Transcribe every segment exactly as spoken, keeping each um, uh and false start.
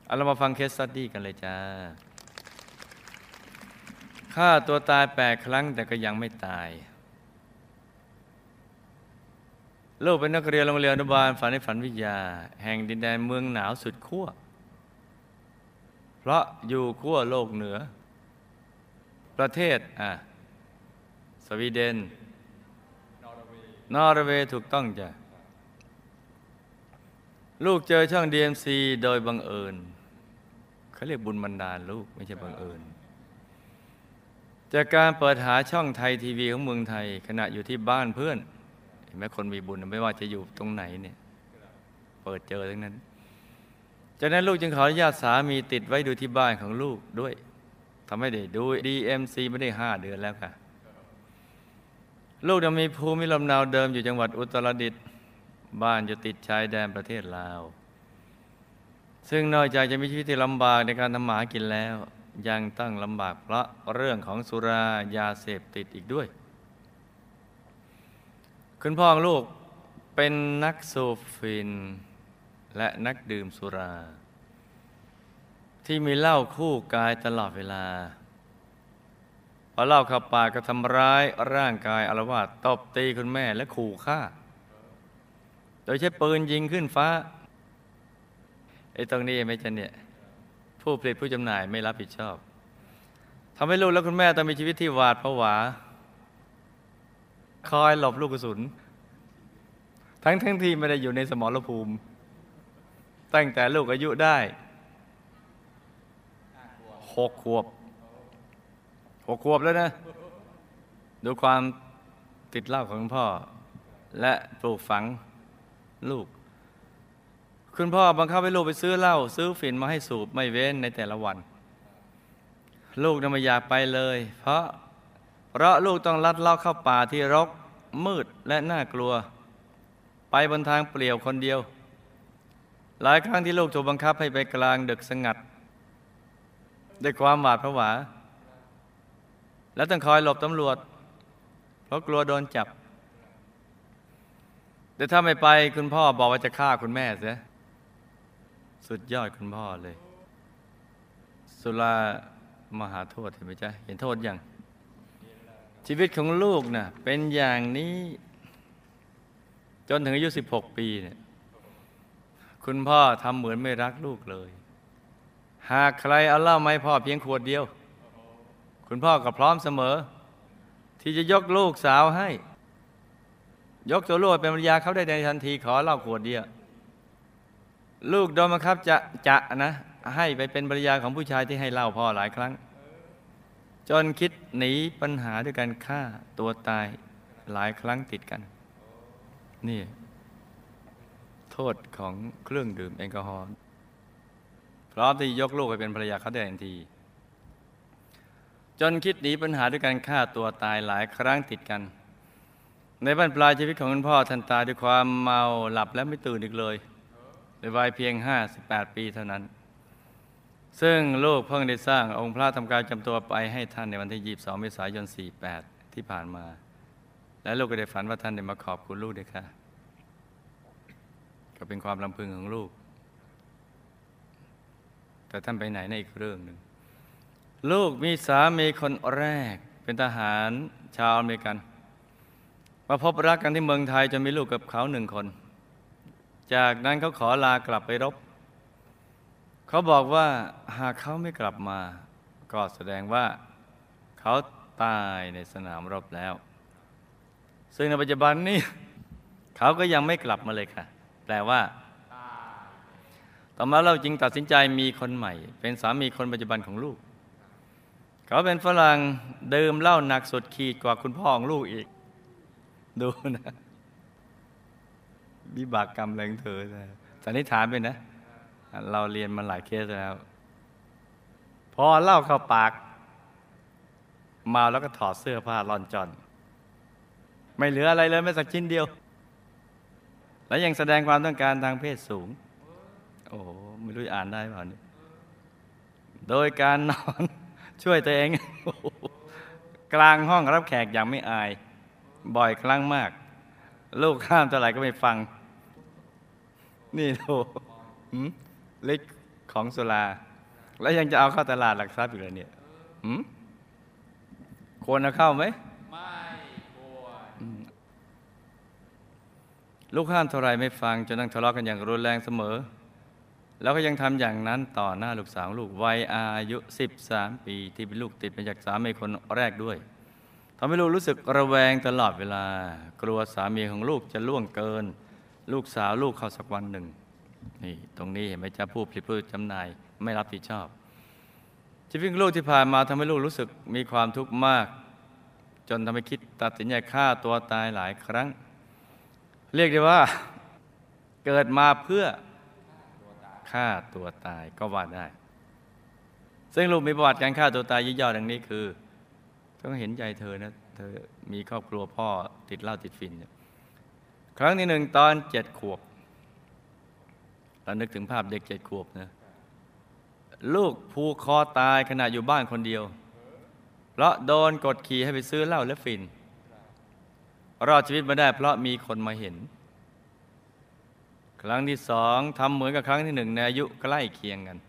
เอาเรามาฟังเคสสตัดดี้กันเลยจ้าฆ่าตัวตายแปดครั้งแต่ก็ยังไม่ตายลูกเป็นนักเรียนโรงเรียนอนุบาลฝันในฝันวิทยาแห่งดินแดนเมืองหนาวสุดขั้วเพราะอยู่ขั้วโลกเหนือประเทศอ่ะสวีเดนนอร์เวย์ถูกต้องจ้ะลูกเจอช่อง ดี เอ็ม ซี โดยบังเอิญเขาเรียกบุญบันดาลลูกไม่ใช่บังเอิญจากการเปิดหาช่องไทยทีวีของเมืองไทยขณะอยู่ที่บ้านเพื่อนเห็นไหมคนมีบุญไม่ว่าจะอยู่ตรงไหนเนี่ยเปิดเจอทั้งนั้นจากนั้นลูกจึงขออนุญาตสามีติดไว้ดูที่บ้านของลูกด้วยทำให้ได้ดู ดี เอ็ม ซี ไม่ได้ห้าเดือนแล้วค่ะลูกยังมีภูมิลำเนาเดิมอยู่จังหวัดอุตรดิตถ์บ้านอยู่ติดชายแดนประเทศลาวซึ่งนอกจากจะมีชีวิตที่ลำบากในการทำหมากินแล้วยังต้องลำบากเพราะเรื่องของสุรายาเสพติดอีกด้วยคุณพ่อของลูกเป็นนักสูบฟินและนักดื่มสุราที่มีเหล้าคู่กายตลอดเวลาพอเหล้าเข้าปากก็ทำร้ายร่างกายอาละวาดตบตีคุณแม่และขู่ฆ่าโดยใช้ปืนยิงขึ้นฟ้าไอ้ตรงนี้ไม่ใช่เนี่ยผู้ผลิตผู้จำหน่ายไม่รับผิดชอบทำให้ลูกและคุณแม่ต้องมีชีวิตที่หวาดผวาคอยหลบลูกกระสุนทั้งทั้งที่ไม่ได้อยู่ในสมรภูมิตั้งแต่ลูกอายุได้หกขวบหกขวบแล้วนะดูความติดเหล้าของคุณพ่อและปลูกฝังลูกคุณพ่อบังคับให้ลูกไปซื้อเหล้าซื้อฝิ่นมาให้สูบไม่เว้นในแต่ละวันลูกน่ะไม่อยากไปเลยเพราะเพราะลูกต้องลัดเลาะเข้าป่าที่รกมืดและน่ากลัวไปบนทางเปลี่ยวคนเดียวหลายครั้งที่ลูกถูกบังคับให้ไปกลางดึกสงัดด้วยความหวาดผวาและต้องคอยหลบตำรวจเพราะกลัวโดนจับแต่ถ้าไม่ไปคุณพ่อบอกว่าจะฆ่าคุณแม่เสียสุดยอดคุณพ่อเลยสุรามหาโทษเห็นไหมจ๊ะเห็นโทษยังชีวิตของลูกน่ะเป็นอย่างนี้จนถึงอายุสิบหกปีเนี่ยคุณพ่อทำเหมือนไม่รักลูกเลยหากใครเอาเหล้ามาให้พ่อเพียงขวดเดียวคุณพ่อก็พร้อมเสมอที่จะยกลูกสาวให้ยกตัวลูกเป็นภรรยาเขาได้ในทันทีขอเหล้าขวดเดียวลูกโดนบังคับจะจะนะให้ไปเป็นภรรยาของผู้ชายที่ให้เหล้าพ่อหลายครั้งจนคิดหนีปัญหาด้วยการฆ่าตัวตายหลายครั้งติดกันนี่โทษของเครื่องดื่มแอลกอฮอล์พร้อมที่ยกลูกไปเป็นภรรยาเขาได้ทันทีจนคิดหนีปัญหาด้วยการฆ่าตัวตายหลายครั้งติดกันในบั้นปลายชีวิตของคุณพ่อท่านตายด้วยความเมาหลับและไม่ตื่นอีกเลยในวัยเพียงห้าสิบแปดปีเท่านั้นซึ่งลูกเพิ่งได้สร้างองค์พระทำการจำตัวไปให้ท่านในวันที่ยี่สิบสองเมษายนสี่สิบแปดที่ผ่านมาและลูกก็ได้ฝันว่าท่านได้มาขอบคุณลูกด้วยค่ะก็เป็นความลำพึงของลูกแต่ท่านไปไหนในอีกเรื่องหนึ่งลูกมีสามีคนแรกเป็นทหารชาวอเมริกันมาพบรักกันที่เมืองไทยจนมีลูกกับเขาหนึ่งคนจากนั้นเขาขอลากลับไปรบเขาบอกว่าหากเขาไม่กลับมาก็แสดงว่าเขาตายในสนามรบแล้วซึ่งในปัจจุบันนี้เขาก็ยังไม่กลับมาเลยค่ะแปลว่าต่อมาเราจึงตัดสินใจมีคนใหม่เป็นสามีคนปัจจุบันของลูกเขาเป็นฝรั่งดื่มเหล้าหนักสุดขีดกว่าคุณพ่อของลูกอีกดูนะวิบากกรรมแรงเธอนะสันนิษฐานไปนะเราเรียนมาหลายเคสแล้วพอเหล้าเข้าปากเมาแล้วก็ถอดเสื้อผ้าล่อนจอนไม่เหลืออะไรเลยแม้สักชิ้นเดียวและยังแสดงความต้องการทางเพศสูงโอ้โหไม่รู้อ่านได้เปล่าเนี่ยโดยการนอนช่วยตัวเองกลางห้องรับแขกอย่างไม่อายบ่อยครั้งมากลูกข้ามเท่าไหร่ก็ไม่ฟังนี่โธ่เล็กของสุราแล้วยังจะเอาเข้าตลาดหลักทรัพย์อีกเลยเนี่ยหืมควรเอาเข้าไหมไม่ควรลูกห้ามเท่าไรไม่ฟังจนต้องทะเลาะกันอย่างรุนแรงเสมอแล้วก็ยังทำอย่างนั้นต่อหน้าลูกสาวลูกวัยอายุสิบสามปีที่เป็นลูกติดมาจากสามีคนแรกด้วยทำให้ลูกรู้สึกระแวงตลอดเวลากลัวสามีของลูกจะล่วงเกินลูกสาวลูกเขาสักวันหนึ่งนี่ตรงนี้เห็นไหมจ๊ะผู้ผลิตผู้จำหน่ายไม่รับผิดชอบชีวิตลูกที่ผ่านมาทำให้ลูกรู้สึกมีความทุกข์มากจนทำให้คิดตัดสินใจฆ่าตัวตายหลายครั้งเรียกได้ว่าเกิดมาเพื่อฆ่าตัวตายก็ว่าได้ซึ่งลูกมีประวัติการฆ่าตัวตายย่อๆดังนี้คือต้องเห็นใจเธอนะเธอมีครอบครัวพ่อติดเหล้าติดฟินเนี่ยครั้งที่หนึ่งตอนเจ็ดขวบเรานึกถึงภาพเด็กเจ็ดขวบนะลูกผูกคอตายขณะอยู่บ้านคนเดียวเพราะโดนกดขี่ให้ไปซื้อเหล้าและฟินรอดชีวิตมาได้เพราะมีคนมาเห็นครั้งที่สองทำเหมือนกับครั้งที่หนึ่งในอายุใกล้เคียงกัน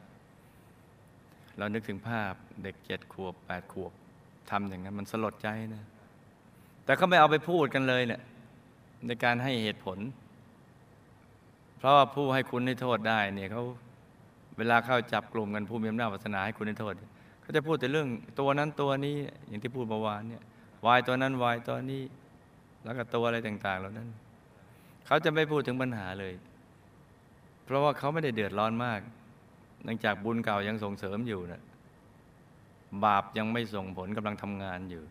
เรานึกถึงภาพเด็กเจ็ดขวบแปดขวบทำอย่างนั้นมันสลดใจนะแต่เขาไม่เอาไปพูดกันเลยเนี่ยในการให้เหตุผลเพราะว่าผู้ให้คุณให้โทษได้เนี่ยเขาเวลาเข้าจับกลุ่มกันผู้มีอำนาจวาสนาให้คุณให้โทษเขาจะพูดแต่เรื่องตัวนั้นตัวนี้อย่างที่พูดเมื่อวานเนี่ยวายตัวนั้นวายตัวนี้แล้วก็ตัวอะไรต่างๆเหล่านั้นเขาจะไม่พูดถึงปัญหาเลยเพราะว่าเขาไม่ได้เดือดร้อนมากเนื่องจากบุญเก่ายังส่งเสริมอยู่นะบาปยังไม่ส่งผลกำลังทำงานอยู่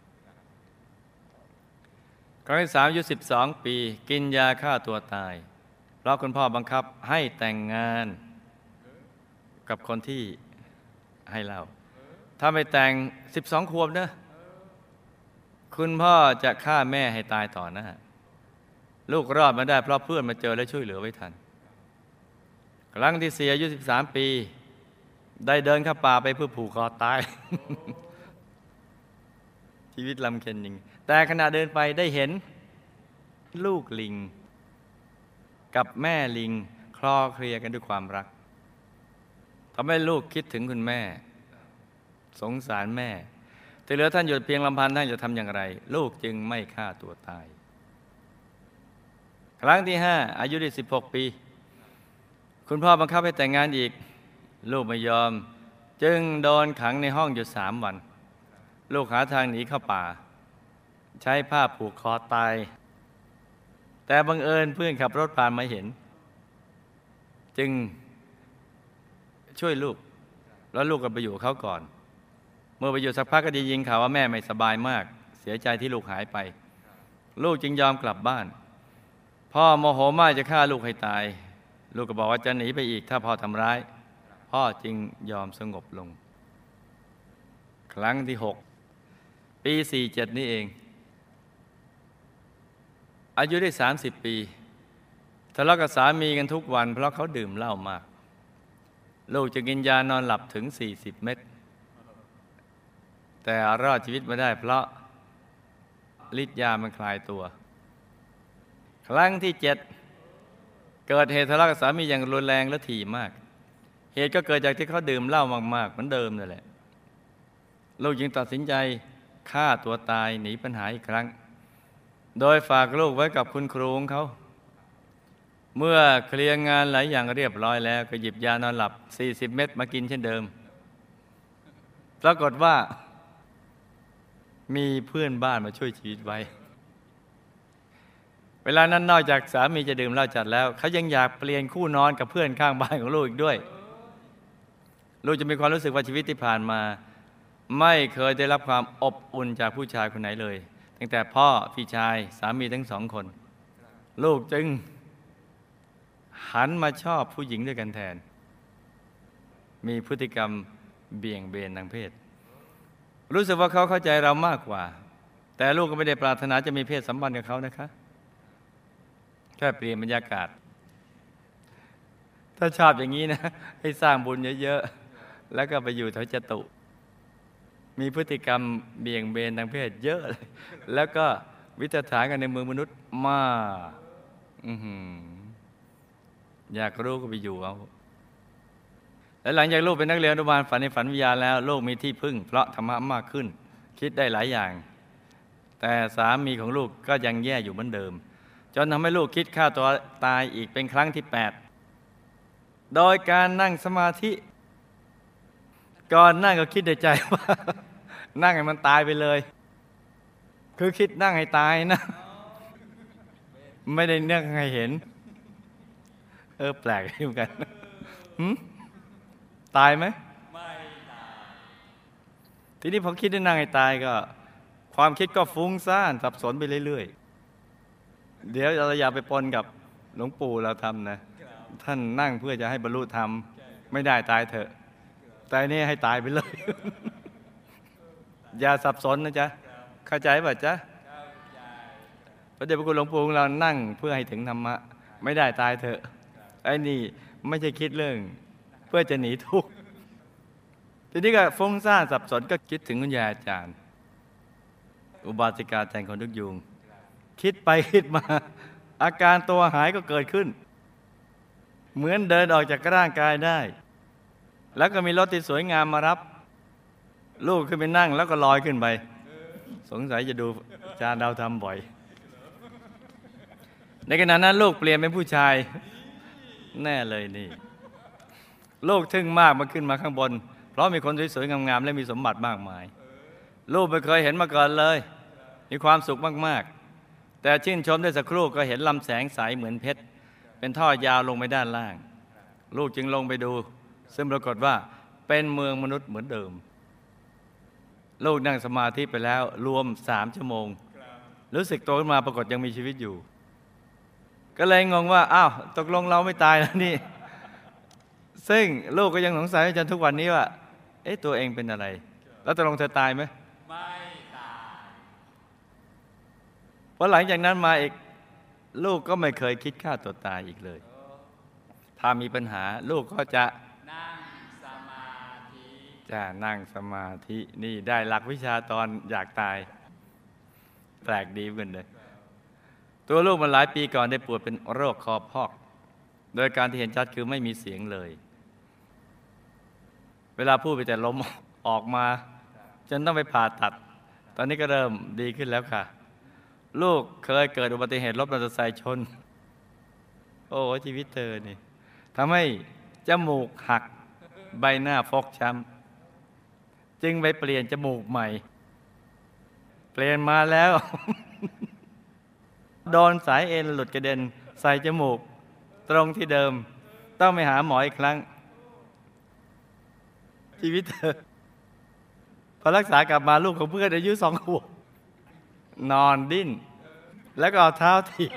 ครั้งที่สามอายุสิบสองปีกินยาฆ่าตัวตายเพราะคุณพ่อบังคับให้แต่งงานกับคนที่ให้เราถ้าไม่แต่งสิบสองขวบนะคุณพ่อจะฆ่าแม่ให้ตายต่อหน้าลูกรอดมาได้เพราะเพื่อนมาเจอและช่วยเหลือไว้ทันครั้งที่สี่อายุสิบสามปีได้เดินเข้าป่าไปเพื่อผูกคอตาย ชีวิตลำเค็ญจริงแต่ขณะเดินไปได้เห็นลูกลิงกับแม่ลิงคลอเคลียกันด้วยความรักทำให้ลูกคิดถึงคุณแม่สงสารแม่แต่เหลือท่านอยู่เพียงลำพังท่านจะทำอย่างไรลูกจึงไม่ฆ่าตัวตายครั้งที่ห้าอายุได้สิบหกปีคุณพ่อบังคับให้แต่งงานอีกลูกไม่ยอมจึงโดนขังในห้องอยู่สามวันลูกหาทางหนีเข้าป่าใช้ผ้าผูกคอตายแต่บังเอิญเพื่อนขับรถผ่านมาเห็นจึงช่วยลูกแล้วลูกก็ไปอยู่เขาก่อนเมื่อไปอยู่สักพักก็ได้ยินข่าวว่าแม่ไม่สบายมากเสียใจที่ลูกหายไปลูกจึงยอมกลับบ้านพ่อโมโหมากจะฆ่าลูกให้ตายลูกก็บอกว่าจะหนีไปอีกถ้าพ่อทำร้ายพ่อจึงยอมสงบลงครั้งที่หกปีสี่เจ็ดนี่เองอายุได้สามสิบปีทะเลาะกับสามีกันทุกวันเพราะเขาดื่มเหล้ามากลูกจะกินยานอนหลับถึงสี่สิบเม็ดแต่รอดชีวิตมาได้เพราะฤทธิ์ยามันคลายตัวครั้งที่เจ็ดเกิดเหตุทะเลาะกับสามีอย่างรุนแรงและถี่มากเหตุก็เกิดจากที่เขาดื่มเหล้ามากๆเหมือนเดิมนั่นแหละลูกจึงตัดสินใจฆ่าตัวตายหนีปัญหาอีกครั้งโดยฝากลูกไว้กับคุณครูของเขาเมื่อเคลียร์งานหลายอย่างเรียบร้อยแล้วก็หยิบยานอนหลับสี่สิบเม็ดมากินเช่นเดิมปรากฏว่ามีเพื่อนบ้านมาช่วยชีวิตไว้เวลานั้นนอกจากสามีจะดื่มเหล้าจัดแล้วเขายังอยากเปลี่ยนคู่นอนกับเพื่อนข้างบ้านของลูกอีกด้วยลูกจะมีความรู้สึกว่าชีวิตที่ผ่านมาไม่เคยได้รับความอบอุ่นจากผู้ชายคนไหนเลยตั้งแต่พ่อพี่ชายสามีทั้งสองคนลูกจึงหันมาชอบผู้หญิงด้วยกันแทนมีพฤติกรรมเบี่ยงเบนทางเพศรู้สึกว่าเขาเข้าใจเรามากกว่าแต่ลูกก็ไม่ได้ปรารถนาจะมีเพศสัมพันธ์กับเขานะคะแค่เปลี่ยนบรรยากาศถ้าชอบอย่างนี้นะให้สร้างบุญเยอะๆแล้วก็ไปอยู่แถวจตุมีพฤติกรรมเบี่ยงเบนทางเพศเยอะเลยแล้วก็วิตฐานกันในเมืองมนุษย์มากอยากรู้ก็ไปอยู่เอาและหลังจากลูกเป็นนักเรียนอนุบาลฝันในฝันวิทยาแล้วลูกมีที่พึ่งเพราะธรรมะมากขึ้นคิดได้หลายอย่างแต่สามีของลูกก็ยังแย่อยู่เหมือนเดิมจนทำให้ลูกคิดฆ่าตัวตายอีกเป็นครั้งที่แปดโดยการนั่งสมาธิก่อนนั่งก็คิดในใจว่า นั่งให้มันตายไปเลยคือคิดนั่งให้ตายนะไม่ได้นั่งให้เห็นเออแปลกเหมือนกันตายไหมไม่ตายทีนี้พอคิดได้นั่งให้ตายก็ความคิดก็ฟุ้งซ่านสับสนไปเรื่อยๆเดี๋ยวเราอย่าไปปนกับหลวงปู่เราทำนะท่านนั่งเพื่อจะให้บรรลุธรรมไม่ได้ตายเถอะแต่นี่ให้ตายไปเลย อย่าสับสนนะจ๊ะเข้าใจป่ะจ๊ะพระเดชพระคุณหลวงปู่ของเรานั่งเพื่อให้ถึงธรรมะไม่ได้ตายเถอะไอ้นี่ไม่ใช่คิดเรื่องเพื่อจะหนีทุกข์ทีนี้ก็ฟุ้งซ่านสับสนก็คิดถึงคุณยายอาจารย์อุบาสิกาแทนคนทุกยุงคิดไปคิดมาอาการตัวหายก็เกิดขึ้นเหมือนเดินออกจากร่างกายได้แล้วก็มีรถที่สวยงามมารับลูกขึ้นไปนั่งแล้วก็ลอยขึ้นไปสงสัยจะดูอาจารย์ดาวทำบ่อยในขณะนั้นลูกเปลี่ยนเป็นผู้ชายแน่เลยนี่ลูกทึ่งมากมาขึ้นมาข้างบนเพราะมีคนสวยๆงามๆและมีสมบัติมากมายลูกไม่เคยเห็นมาก่อนเลยมีความสุขมากๆแต่ชื่นชมได้สักครู่ก็เห็นลำแสงใสเหมือนเพชรเป็นท่อยาวลงไปด้านล่างลูกจึงลงไปดูซึ่งปรากฏว่าเป็นเมืองมนุษย์เหมือนเดิมลูกนั่งสมาธิไปแล้วรวมสามชั่วโมงรู้สึกตัวขึ้นมาปรากฏยังมีชีวิตอยู่ก็เลยงงว่าอ้าวตกลงเราไม่ตายแล้วนี่ซึ่งลูกก็ยังสงสัยจนทุกวันนี้ว่าเอ๊ะตัวเองเป็นอะไรแล้วตกลงเธอตายไหมไม่ตายเพราะหลังจากนั้นมาอีกลูกก็ไม่เคยคิดฆ่าตัวตายอีกเลยถ้ามีปัญหาลูกก็จะนั่งสมาธิจะนั่งสมาธินี่ได้หลักวิชาตอนอยากตายแปลกดีเหมือนเลยตัวลูกมาหลายปีก่อนได้ป่วยเป็นโรคคอพอกโดยการที่เห็นชัดคือไม่มีเสียงเลยเวลาพูดไปแต่ลมออกมาจนต้องไปผ่าตัดตอนนี้ก็เริ่มดีขึ้นแล้วค่ะลูกเคยเกิดอุบัติเหตุรถมอเตอร์ไซค์ชนโอ้ชีวิตเธอนี่ทำให้จมูกหักใบหน้าฟกช้ำจึงไปเปลี่ยนจมูกใหม่เปลี่ยนมาแล้ว โดนสายเอ็นหลุดกระเด็นใส่จมูกตรงที่เดิมต้องไปหาหมออีกครั้งชีวิตเธอพอรักษากลับมาลูกของเพื่อนอายุสองขวบนอนดิ้นแล้วก็เอาเท้าถีบ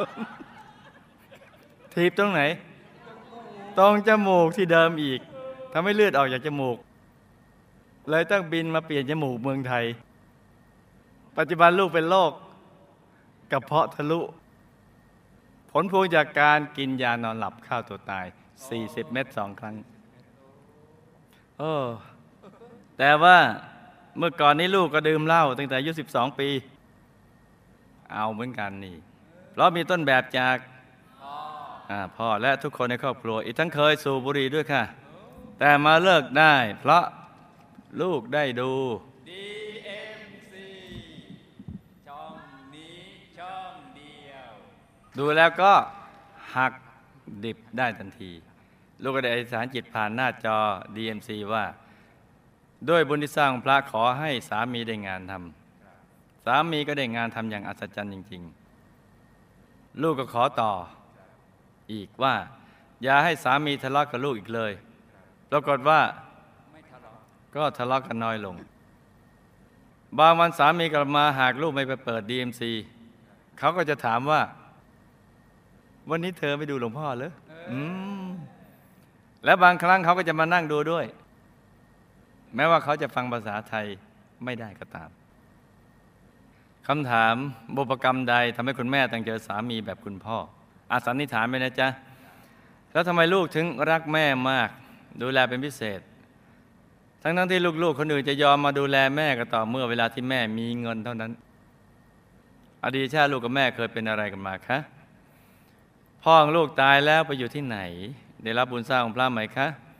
ถีบตรงไหนตรงจมูกที่เดิมอีกทำให้เลือดออกจากจมูกเลยต้องบินมาเปลี่ยนจมูกเมืองไทยปัจจุบันลูกเป็นโรคกระเพาะทะลุผลพวงจากการกินยานอนหลับฆ่าตัวตายสี่สิบเม็ดสองครั้งโอ้แต่ว่าเมื่อก่อนนี้ลูกก็ดื่มเหล้าตั้งแต่อายุสิบสองปีเอาเหมือนกันนี่เพราะมีต้นแบบจากพ่อและทุกคนในครอบครัวอีกทั้งเคยสูบบุหรี่ด้วยค่ะแต่มาเลิกได้เพราะลูกได้ดู ดี เอ็ม ซี ช่องนี้ช่องเดียวดูแล้วก็หักดิบได้ทันทีลูกก็ได้อธิษฐานจิตผ่านหน้าจอ ดี เอ็ม ซี ว่าด้วยบุญที่สร้างพระขอให้สามีได้งานทำสามีก็ได้งานทำอย่างอัศจรรย์จริงๆลูกก็ขอต่ออีกว่าอย่าให้สามีทะเลาะกับลูกอีกเลยปรากฏว่าก็ทะเลาะกันน้อยลงบางวันสามีกลับมาหากลูกไม่ไปเปิด ดี เอ็ม ซี เขาก็จะถามว่าวันนี้เธอไม่ดูหลวงพ่อเหรออืมและบางครั้งเขาก็จะมานั่งดูด้วยแม้ว่าเขาจะฟังภาษาไทยไม่ได้ก็ตามคำถามบุพกรรมใดทำให้คุณแม่ต้องเจอสามีแบบคุณพ่ออาสันนิษฐานไปนะจ๊ะแล้วทำไมลูกถึงรักแม่มากดูแลเป็นพิเศษทั้งทั้งที่ลูกๆคนอื่นจะยอมมาดูแลแม่ก็ต่อเมื่อเวลาที่แม่มีเงินเท่านั้นอดีตชาติลูกกับแม่เคยเป็นอะไรกันมาคะพ่อของลูกตายแล้วไปอยู่ที่ไหนได้รับบุญสร้างของพระไหมคะ ถึ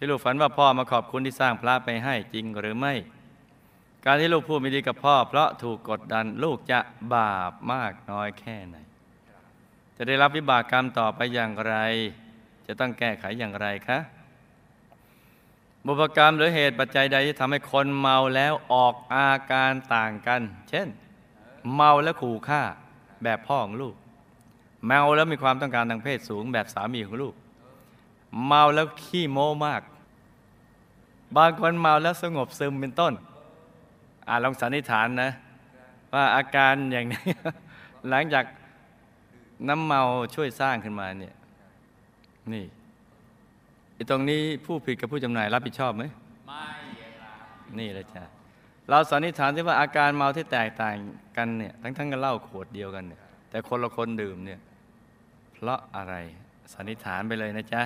ที่ลูกฝันว่าพ่อมาขอบคุณที่สร้างพระไปให้จริงหรือไม่การที่ลูกพูดไม่ดีกับพ่อเพราะถูกกดดันลูกจะบาปมากน้อยแค่ไหนจะได้รับวิบากกรรมต่อไปอย่างไรจะต้องแก้ไขอย่างไรคะบุพกรรมหรือเหตุปัจจัยใดที่ทำให้คนเมาแล้วออกอาการต่างกันเช่นเมาแล้วขู่ฆ่าแบบพ่อของลูกเมาแล้วมีความต้องการทางเพศสูงแบบสามีของลูกเมาแล้วขี้โม้มากบางคนเมาแล้วสงบซึมเป็นต้นอ่าลองสันนิษฐานนะว่าอาการอย่างนี้ หลังจากน้ำเมาช่วยสร้างขึ้นมาเนี่ยนี่ตรงนี้ผู้ผิดกับผู้จำหน่ายรับผิดชอบไหมไม่นี่เลยจ้ะเราสันนิษฐานที่ว่าอาการเมาที่แตกต่างกันเนี่ยทั้งๆกันเหล้าขวดเดียวกันเนี่ยแต่คนละคนดื่มเนี่ยเพราะอะไรสันนิษฐานไปเลยนะจ๊ะ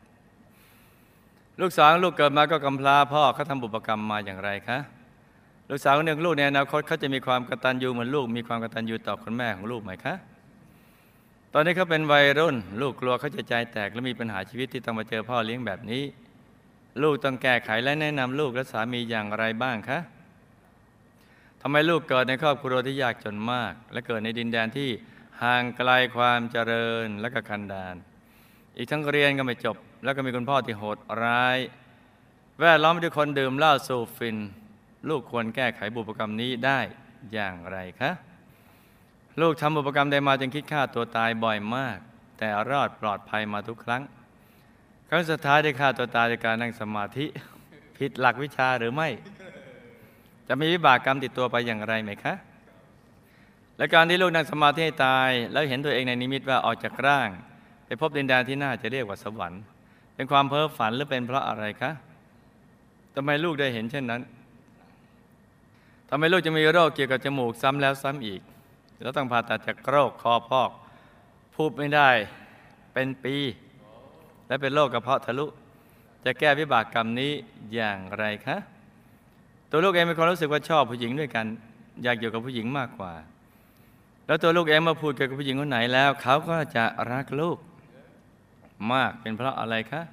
ลูกสาวลูกเกิดมาก็กำพร้าพ่อเขาทำบุพกรรมมาอย่างไรคะลูกสาวคนหนึ่งลูกในอนาคตเขาจะมีความกตัญญูเหมือนลูกมีความกตัญญูต่อคุณแม่ของลูกไหมคะตอนนี้เขาเป็นวัยรุ่นลูกกลัวเขาจะใจแตกและมีปัญหาชีวิตที่ต้องมาเจอพ่อเลี้ยงแบบนี้ลูกต้องแก้ไขและแนะนำลูกและสามีอย่างไรบ้างคะทำไมลูกเกิดในครอบครัวที่ยากจนมากและเกิดในดินแดนที่ห่างไกลความเจริญและก็กันดารอีกทั้งเรียนก็ไม่จบแล้วก็มีคุณพ่อที่โหดร้ายแวดล้อมด้วยคนดื่มเหล้าสูบฟินลูกควรแก้ไขบุพกรรมนี้ได้อย่างไรคะลูกทำบุพกรรมใดมาจึงคิดฆ่าตัวตายบ่อยมากแต่รอดปลอดภัยมาทุกครั้งครั้งสุดท้ายได้ฆ่าตัวตายในการนั่งสมาธิผิดหลักวิชาหรือไม่จะมีวิบากกรรมติดตัวไปอย่างไรไหมคะและการที่ลูกนั่งสมาธิให้ตายแล้วเห็นตัวเองในนิมิตว่าออกจากร่างไปพบดินแดนที่น่าจะเรียกว่าสวรรค์เป็นความเพ้อฝันหรือเป็นเพราะอะไรคะทำไมลูกได้เห็นเช่นนั้นทำไมลูกจะมีโรคเกี่ยวกับจมูกซ้ำแล้วซ้ำอีกแล้วต้องผ่าตัดจากโรคคอพอกพูดไม่ได้เป็นปีและเป็นโรคกระเพาะทะลุจะแก้วิบากกรรมนี้อย่างไรคะตัวลูกเองมีความรู้สึกว่าชอบผู้หญิงด้วยกันอยากอยู่กับผู้หญิงมากกว่าแล้วตัวลูกเองมาพูดกับผู้หญิงคนไหนแล้วเขาก็จะรักลูกมากเป็นเพราะอะไรคะ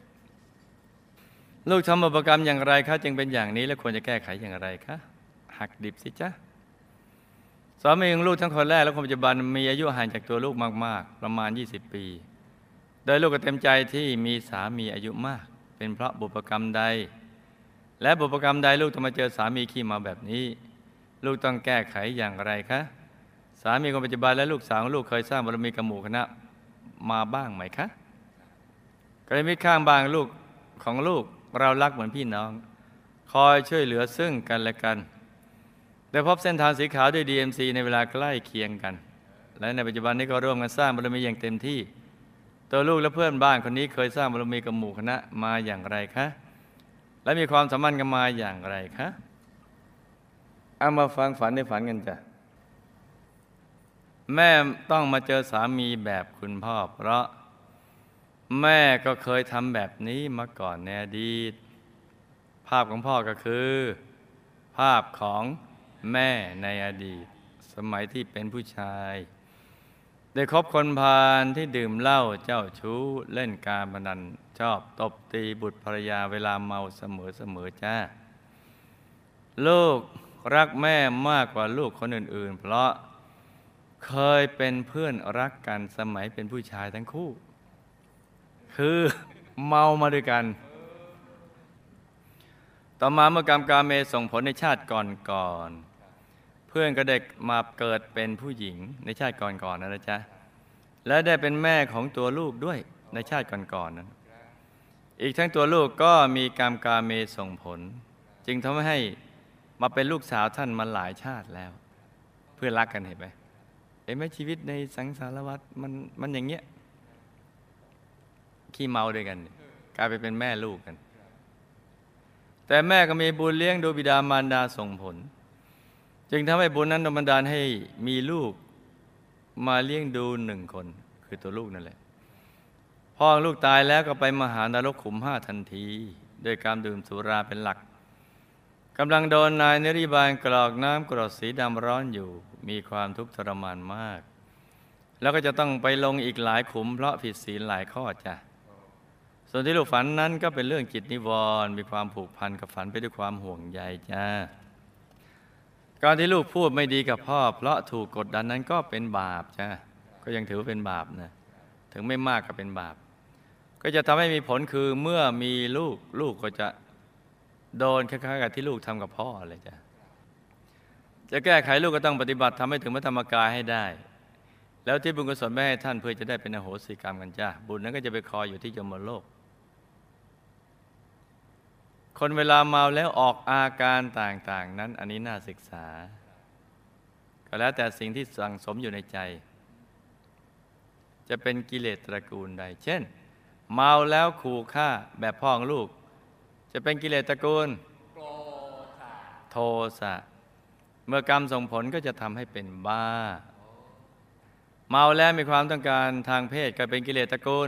ลูกทำบุพกรรมอย่างไรคะจึงเป็นอย่างนี้และควรจะแก้ไขอย่างไรคะหักดิบสิจ๊ะสามีของลูกทั้งคนแรกและคนปัจจุบันมีอายุห่างจากตัวลูกมากๆประมาณยี่สิบปีโดยลูกก็เต็มใจที่มีสามีอายุมากเป็นเพราะบุพกรรมใดและบุพกรรมใดลูกต้องมาเจอสามีขี้เมาแบบนี้ลูกต้องแก้ไขอย่างไรคะสามีคนปัจจุบันและลูกสาวของลูกเคยสร้างบารมีกับหมู่คณะมาบ้างไหมคะกรณีข้างบางลูกของลูกเรารักเหมือนพี่น้องคอยช่วยเหลือซึ่งกันและกันได้พบเส้นทางสีขาวด้วย ดี เอ็ม ซี ในเวลาใกล้เคียงกันและในปัจจุบันนี้ก็ร่วมกันสร้างบารมีอย่างเต็มที่ตัวลูกและเพื่อนบ้านคนนี้เคยสร้างบารมีกับหมู่คณะมาอย่างไรคะและมีความสัมพันธ์กันมาอย่างไรคะเอามาฟังฝันในฝันกันจ้ะแม่ต้องมาเจอสามีแบบคุณพ่อเพราะแม่ก็เคยทำแบบนี้มาก่อนในอดีตภาพของพ่อก็คือภาพของแม่ในอดีตสมัยที่เป็นผู้ชายได้คบคนพาลที่ดื่มเหล้าเจ้าชู้เล่นการพนันชอบตบตีบุตรภรรยาเวลาเมาเสมอเสมอจ้าลูกรักแม่มากกว่าลูกคนอื่นๆเพราะเคยเป็นเพื่อนรักกันสมัยเป็นผู้ชายทั้งคู่คือเมามาด้วยกันต่อมาเมื่อกรรมกาเมส่งผลในชาติก่อนๆเพื่อนก็ได้มาเกิดเป็นผู้หญิงในชาติก่อนๆนะจ๊ะและได้เป็นแม่ของตัวลูกด้วยในชาติก่อนๆนั้นอีกทั้งตัวลูกก็มีกรรมกาเมส่งผลจึงทำให้มาเป็นลูกสาวท่านมาหลายชาติแล้วเพื่อนรักกันเห็นไหมเห็นไหมชีวิตในสังสารวัฏมันมันอย่างเงี้ยขี้เมาด้วยกันกลายไปเป็นแม่ลูกกันแต่แม่ก็มีบุญเลี้ยงดูบิดามารดาส่งผลจึงทำให้บุญนั้นดลบันดาลให้มีลูกมาเลี้ยงดูหนึ่งคนคือตัวลูกนั่นแหละพ่อลูกตายแล้วก็ไปมหานรกขุมห้าทันทีด้วยการดื่มสุราเป็นหลักกำลังโดนนายนริบาลกรอกน้ำกรดสีดำร้อนอยู่มีความทุกข์ทรมานมากแล้วก็จะต้องไปลงอีกหลายขุมเพราะผิดศีลหลายข้อจ้ะส่วนที่ลูกฝันนั้นก็เป็นเรื่องจิตนิวรณ์มีความผูกพันกับฝันไปด้วยความห่วงใยจ้าการที่ลูกพูดไม่ดีกับพ่อเพราะถูกกดดันนั้นก็เป็นบาปจ้าก็ยังถือว่าเป็นบาปนะถึงไม่มากก็เป็นบาปก็จะทำให้มีผลคือเมื่อมีลูกลูกก็จะโดนคล้ายๆกับที่ลูกทำกับพ่อเลยจ้ะจะแก้ไขลูกก็ต้องปฏิบัติทำให้ถึงพระธรรมกายให้ได้แล้วที่บุญกุศลไม่ให้ท่านเพื่อจะได้เป็นอโหสิกรรมกันจ้าบุญนั้นก็จะไปคอยอยู่ที่ยมโลกคนเวลาเมาแล้วออกอาการต่างๆนั้นอันนี้น่าศึกษาก็แล้วแต่สิ่งที่สั่งสมอยู่ในใจจะเป็นกิเลสตระกูลใดเช่นเมาแล้วขู่ฆ่าแบบพ่อของลูกจะเป็นกิเลสตระกูลโทสะเมื่อกรรมส่งผลก็จะทำให้เป็นบ้าเมาแล้วมีความต้องการทางเพศก็เป็นกิเลสตระกูล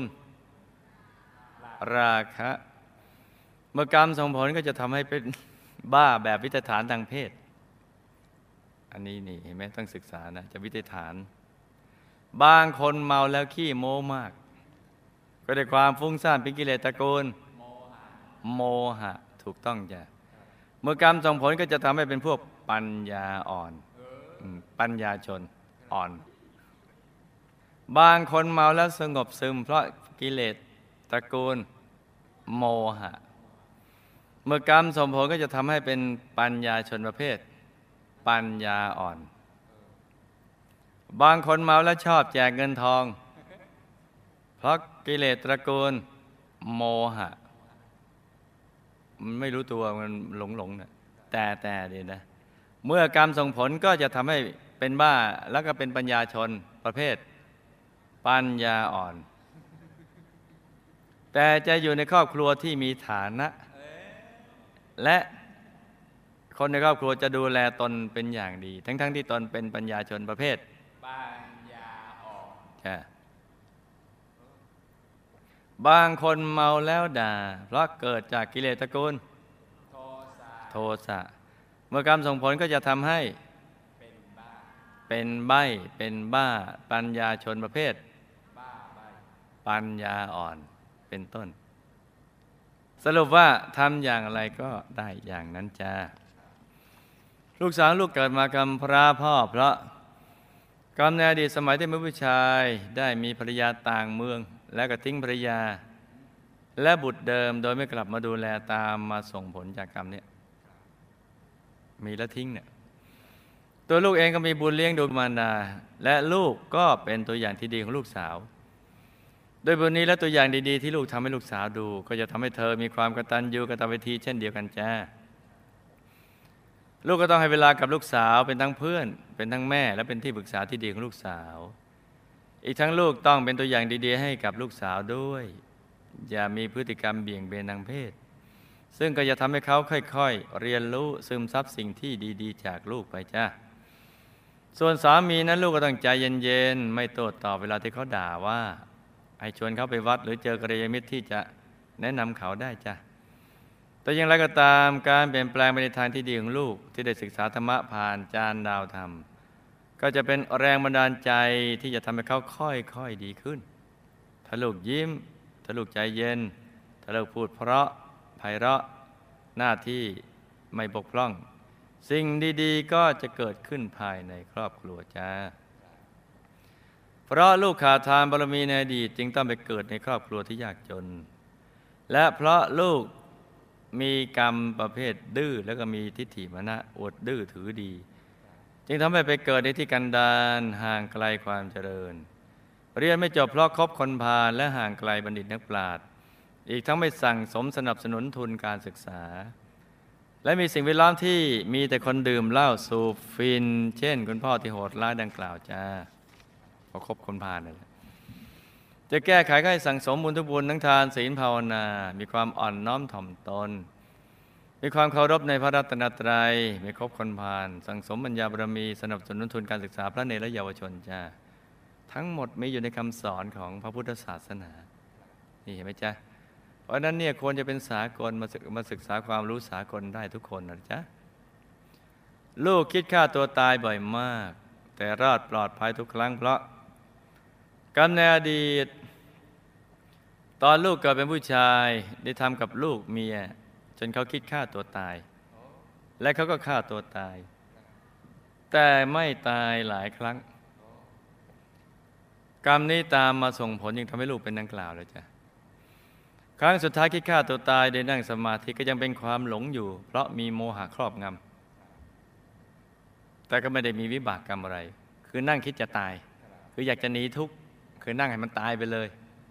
ราคะเมื่อกรรมส่งผลก็จะทำให้เป็นบ้าแบบวิตฐานทางเพศอันนี้นี่เห็นไหมต้องศึกษานะจะวิตฐานบางคนเมาแล้วขี้โม้มากก็ได้ความฟุ้งซ่านเป็นกิเลสตระกูลโมหะถูกต้องจ้ะเมื่อกรรมส่งผลก็จะทำให้เป็นพวกปัญญาอ่อนปัญญาชนอ่อนบางคนเมาแล้วสงบซึมเพราะกิเลสตระกูลโมหะเมื่อกรรมส่งผลก็จะทำให้เป็นปัญญาชนประเภทปัญญาอ่อนบางคนเมาแล้วชอบแจกเงินทองเพราะกิเลสตระกูลโมหะมันไม่รู้ตัวมันหลงหลงนะแต่แต่เดี๋ยวนะเมื่อกรรมส่งผลก็จะทำให้เป็นบ้าแล้วก็เป็นปัญญาชนประเภทปัญญาอ่อนแต่จะอยู่ในครอบครัวที่มีฐานะและคนในครอบครัวจะดูแลตนเป็นอย่างดีทั้งๆ ท, ที่ตนเป็นปัญญาชนประเภทปัญญาอ่อนใช่บางคนเมาแล้วด่าเพราะเกิดจากกิเลสตระกูลโทสะโทสะเมื่อกรรมส่งผลก็จะทำให้เป็นบ้าเป็นใบ้เป็นบ้าปัญญาชนประเภทบ้าใบ้ปัญญาอ่อนเป็นต้นสรุปว่าทำอย่างไรก็ได้อย่างนั้นจ้าลูกสาวลูกเกิดมากำพร้าพ่อเพราะกรรมในอดีตสมัยที่เป็นผู้ชายได้มีภรรยาต่างเมืองแล้วก็ทิ้งภรรยาและบุตรเดิมโดยไม่กลับมาดูแลตามมาส่งผลจากกรรมนี้มีแล้วทิ้งเนี่ยตัวลูกเองก็มีบุญเลี้ยงดูมารดาและลูกก็เป็นตัวอย่างที่ดีของลูกสาวโดยบุญนี้และตัวอย่างดีๆที่ลูกทำให้ลูกสาวดูก็จะทำให้เธอมีความกตัญญูกตเวทีเช่นเดียวกันจ้าลูกก็ต้องให้เวลากับลูกสาวเป็นทั้งเพื่อนเป็นทั้งแม่และเป็นที่ปรึกษาที่ดีของลูกสาวอีกทั้งลูกต้องเป็นตัวอย่างดีๆให้กับลูกสาวด้วยอย่ามีพฤติกรรมเบี่ยงเบนทางเพศซึ่งก็จะทำให้เขาค่อยๆเรียนรู้ซึมซับสิ่งที่ดีๆจากลูกไปจ้าส่วนสามีนั้นลูกก็ต้องใจเย็นๆไม่โต้ตอบเวลาที่เขาด่าว่าให้ชวนเขาไปวัดหรือเจอกัลยาณมิตรที่จะแนะนำเขาได้จ้ะแต่อย่างไรก็ตามการเปลี่ยนแปลงไปในทางที่ดีของลูกที่ได้ศึกษาธรรมะผ่านจานดาวธรรมก็จะเป็นแรงบันดาลใจที่จะทำให้เขาค่อยๆดีขึ้นถ้าลูกยิ้มถ้าลูกใจเย็นถ้าลูกพูดเพราะไพเราะหน้าที่ไม่บกพร่องสิ่งดีๆก็จะเกิดขึ้นภายในครอบครัวจ้าเพราะลูกขาดทานบารมีในอดีตจึงต้องไปเกิดในครอบครัวที่ยากจนและเพราะลูกมีกรรมประเภทดื้อแล้วก็มีทิฏฐิมานะอวดดื้อถือดีจึงทำให้ไปเกิดในที่กันดารห่างไกลความเจริญเรียนไม่จบเพราะคบคนพาลและห่างไกลบัณฑิตนักปราชญ์อีกทั้งไม่สั่งสมสนับสนุนทุนการศึกษาและมีสิ่งแวดล้อมที่มีแต่คนดื่มเหล้าสูบฟินเช่นคุณพ่อที่โหดร้ายดังกล่าวจ้าพอคบคนพาลนั่นแหละจะแก้ไขให้สั่งสมบุญทุกบุญทั้งทานศีลภาวนามีความอ่อนน้อมถ่อมตนมีความเคารพในพระรัตนตรัยไม่คบคนพาลสั่งสมปัญญาบารมีสนับสนุนทุนการศึกษาพระเนรและเยาวชนจ้าทั้งหมดมีอยู่ในคำสอนของพระพุทธศาสนานี่เห็นไหมจ๊ะเพราะนั้นเนี่ยควรจะเป็นสากลมาศึกมาศึกษาความรู้สากลได้ทุกคนนะจ๊ะลูกคิดฆ่าตัวตายบ่อยมากแต่รอดปลอดภัยทุกครั้งเพราะกรรมในอดีตตอนลูกเกิดเป็นผู้ชายได้ทำกับลูกเมียจนเขาคิดฆ่าตัวตายและเขาก็ฆ่าตัวตายแต่ไม่ตายหลายครั้งกรรมนี้ตามมาส่งผลยังทำให้ลูกเป็นดังกล่าวเลยจ้ะครั้งสุดท้ายคิดฆ่าตัวตายโดยนั่งสมาธิก็ยังเป็นความหลงอยู่เพราะมีโมหะครอบงำแต่ก็ไม่ได้มีวิบากกรรมอะไรคือนั่งคิดจะตายคืออยากจะหนีทุกข์คือนั่งให้มันตายไปเลย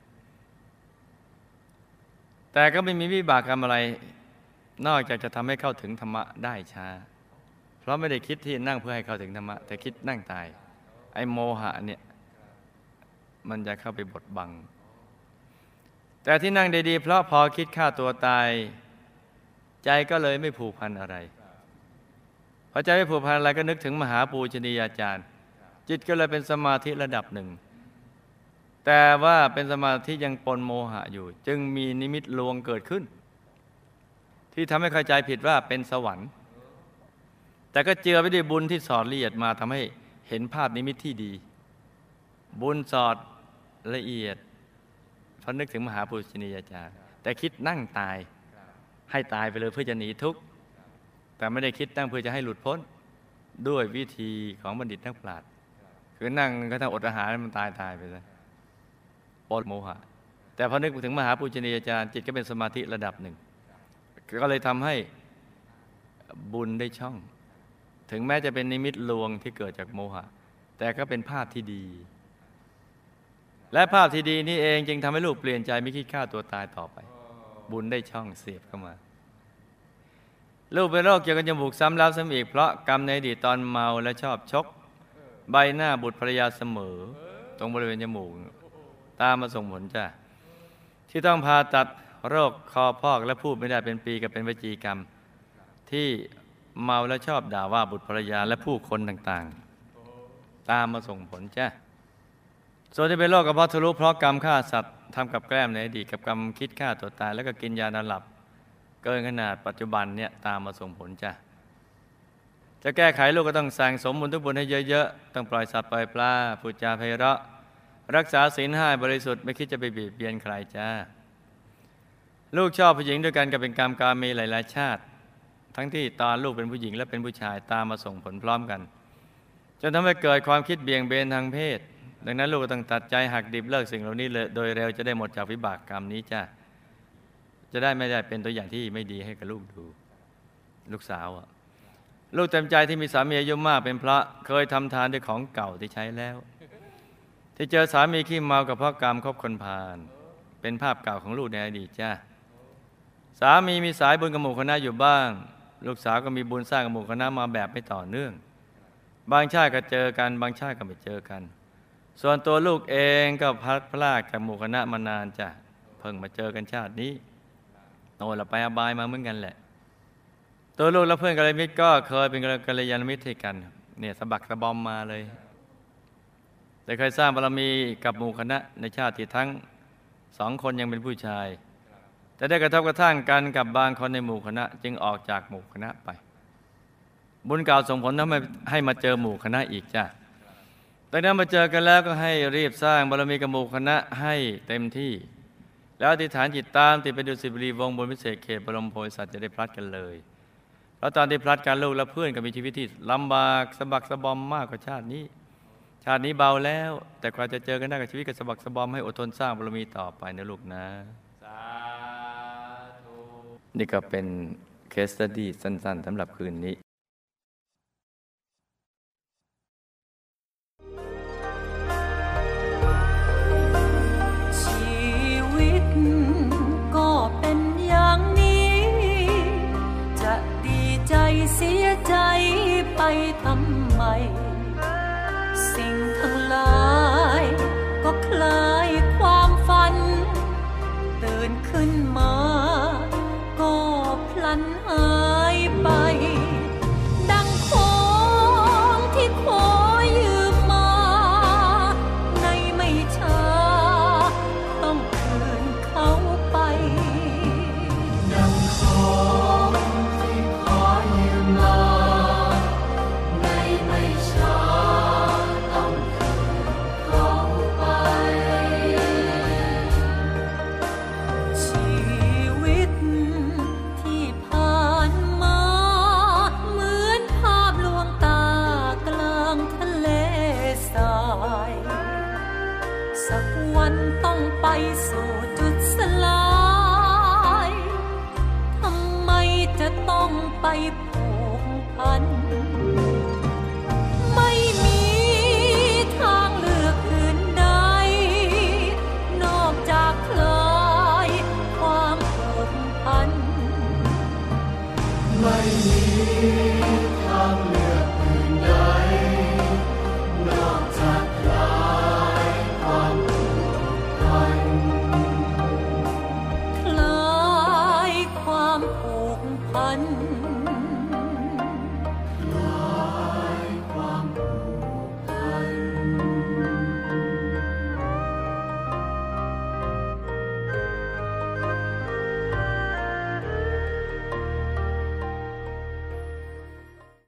แต่ก็ไม่มีวิบากกรรมอะไรนอกจากจะทำให้เข้าถึงธรรมะได้ช้าเพราะไม่ได้คิดที่นั่งเพื่อให้เข้าถึงธรรมะแต่คิดนั่งตายไอ้โมหะเนี่ยมันจะเข้าไปบดบังแต่ที่นั่งได้ดีเพราะพอคิดฆ่าตัวตายใจก็เลยไม่ผูกพันอะไรพอใจไม่ผูกพันอะไรก็นึกถึงมหาปูชนียาจารย์จิตก็เลยเป็นสมาธิระดับหนึ่งแต่ว่าเป็นสมาธิยังปนโมหะอยู่จึงมีนิมิตลวงเกิดขึ้นที่ทำให้เข้าใจผิดว่าเป็นสวรรค์แต่ก็เจือไปด้วยบุญที่สอดละเอียดมาทำให้เห็นภาพนิมิตที่ดีบุญสอดละเอียดเพราะนึกถึงมหาปูชนียาจารย์แต่คิดนั่งตายให้ตายไปเลยเพื่อจะหนีทุกข์แต่ไม่ได้คิดนั่งเพื่อจะให้หลุดพ้นด้วยวิธีของบัณฑิตนักปราชญ์คือนั่งก็ต้องอดอาหารมันตายตายไปเลยปนโมหะแต่พอนึกถึงมหาปูชนียาจารย์จิตก็เป็นสมาธิระดับหนึ่งก็เลยทำให้บุญได้ช่องถึงแม้จะเป็นนิมิตลวงที่เกิดจากโมหะแต่ก็เป็นภาพที่ดีและภาพที่ดีนี้เองจึงทำให้ลูกเปลี่ยนใจไม่คิดฆ่าตัวตายต่อไปบุญได้ช่องเสียบเข้ามาลูกเป็นโรคเกี่ยวกับจมูกซ้ำแล้วซ้ำอีกเพราะกรรมในอดีตตอนเมาและชอบชกใบหน้าบุตรภรรยาเสมอตรงบริเวณจมูกตามมาส่งผลจ้ะที่ต้องผ่าตัดโรคคอพอกและพูดไม่ได้เป็นปีกับเป็นวจีกรรมที่เมาและชอบด่าว่าบุตรภรรยาและผู้คนต่างๆตามมาส่งผลจ้ะส่วนที่เป็นโรคกระเพาะทะลุเพราะกรรมฆ่าสัตว์ทำกับแกล้มในอดีตกับกรรมคิดฆ่าตัวตายแล้วก็กินยานอนหลับเกินขนาดปัจจุบันเนี่ยตามมาส่งผลจ้ะจะแก้ไขลูกก็ต้องสั่งสมบุญทุกบุญให้เยอะๆต้องปล่อยสัตว์ปล่อยปลาพูดจาไพเราะรักษาศีลห้าบริสุทธิ์ไม่คิดจะไปเบียดเบียนใครจ้าลูกชอบผู้หญิงด้วยกันกับเป็นกรรมกามีหลายๆชาติทั้งที่ตอนลูกเป็นผู้หญิงและเป็นผู้ชายตามมาส่งผลพร้อมกันจนทำให้เกิดความคิดเบี่ยงเบนทางเพศดังนั้นลูกก็ต้องตัดใจหักดิบเลิกสิ่งเหล่านี้เลยโดยเร็วจะได้หมดจากวิบากกรรมนี้จ้าจะได้ไม่ได้เป็นตัวอย่างที่ไม่ดีให้กับลูกดูลูกสาวอ่ะลูกเต็มใจที่มีสามีอายุมากเป็นพระเคยทำทานด้วยของเก่าที่ใช้แล้วที่เจอสามีขี้เมากับเพราะกรรมคบคนพาลเป็นภาพเก่าของลูกในอดีตจ้าสามีมีสายบุญกับหมู่คณะอยู่บ้างลูกสาวก็มีบุญสร้างกับหมู่คณะมาแบบไม่ต่อเนื่องบางชาติก็เจอกันบางชาติก็ไม่เจอกันส่วนตัวลูกเองก็พัดพลากจากหมู่คณะมานานจ้ะเพิ่งมาเจอกันชาตินี้โตแล้วไปอบายมาเหมือนกันแหละตัวลูกและเพื่อนกัลยาณมิตรก็เคยเป็นกัลยาณมิตรให้กันเนี่ยสะบักสะบอมมาเลยแต่เคยสร้างบารมีกับหมู่คณะในชาติที่ทั้งสองคนยังเป็นผู้ชายแต่ได้กระทบกระทั่งกันกับบางคนในหมู่คณะจึงออกจากหมู่คณะไปบุญเก่าส่งผลทำให้ให้มาเจอหมู่คณะอีกจ้ะดังนั้นมาเจอกันแล้วก็ให้รีบสร้างบารมีกับหมู่คณะให้เต็มที่แล้วอธิษฐานจิตตามติดไปดูสิบรีวงบนวิเศษเขตบรมโพธิสัตว์จะได้พลัดกันเลยเพราะตอนที่พลัดกันลูกและเพื่อนก็มีชีวิตที่ลำบากสะบักสะบอมมากกว่าชาตินี้ชาตินี้เบาแล้วแต่กว่าจะเจอกันได้กับชีวิตกับสะบักสะบอมให้อดทนสร้างบารมีต่อไปนะลูกนะนี่ก็เป็นเคสสตัดดี้สั้นๆสำหรับคืนนี้ชีวิตก็เป็นอย่างนี้จะดีใจเสียใจไปทำไมสิ่งทั้งหลายก็คล้ายความฝันตื่นขึ้นมาก็พลันหายไปดังของที่ขอยืมมาในไม่ช้าต้องคืนเขาไปดังของที่ขอยืมมาในไม่ช้าต้องคืนเขาไปพัน